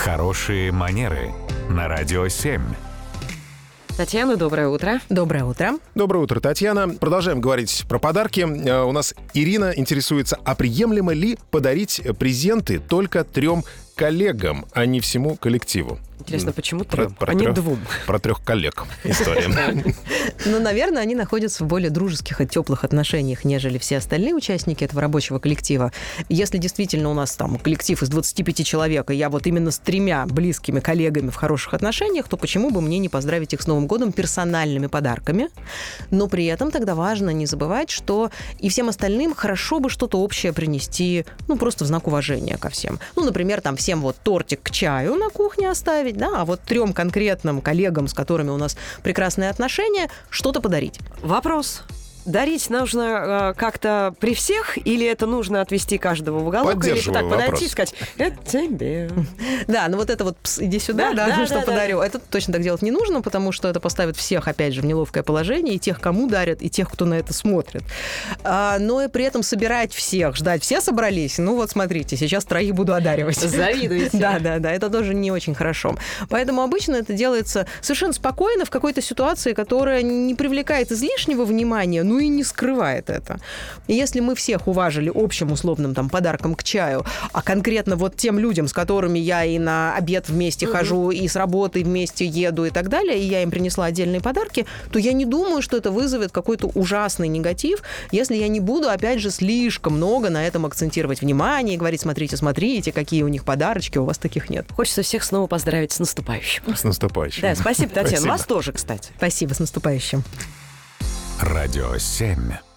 Хорошие манеры на Радио 7. Татьяна, доброе утро. Доброе утро. Доброе утро, Татьяна. Продолжаем говорить про подарки. У нас Ирина интересуется, а приемлемо ли подарить презенты только 3 коллегам, а не всему коллективу? Интересно, почему 3, Про а не 3? 2? Про 3 коллег история. Ну, наверное, они находятся в более дружеских и теплых отношениях, нежели все остальные участники этого рабочего коллектива. Если действительно у нас там коллектив из 25 человек, и я вот именно с 3 близкими коллегами в хороших отношениях, то почему бы мне не поздравить их с Новым годом персональными подарками? Но при этом тогда важно не забывать, что и всем остальным хорошо бы что-то общее принести, ну, просто в знак уважения ко всем. Ну, например, там всем вот тортик к чаю на кухне оставить, да, а вот 3 конкретным коллегам, с которыми у нас прекрасные отношения, что-то подарить. Вопрос. Дарить нужно как-то при всех, или это нужно отвести каждого в уголок, или так Поддерживаю подойти вопрос. и сказать, это тебе. Да, ну вот это вот иди сюда, Да, что да, подарю. Это точно так делать не нужно, потому что это поставит всех, опять же, в неловкое положение, и тех, кому дарят, и тех, кто на это смотрит. Но и при этом собирать всех, ждать. Все собрались? Ну вот смотрите, сейчас 3 буду одаривать. Завидуете. Да, это тоже не очень хорошо. Поэтому обычно это делается совершенно спокойно в какой-то ситуации, которая не привлекает излишнего внимания, ну и не скрывает это. И если мы всех уважили общим условным там подарком к чаю, а конкретно вот тем людям, с которыми я и на обед вместе хожу, и с работы вместе еду и так далее, и я им принесла отдельные подарки, то я не думаю, что это вызовет какой-то ужасный негатив, если я не буду, опять же, слишком много на этом акцентировать внимание и говорить, смотрите, какие у них подарочки, у вас таких нет. Хочется всех снова поздравить с наступающим. С наступающим. Да, спасибо, Татьяна. Спасибо. Вас тоже, кстати. Спасибо, с наступающим. Радио 7.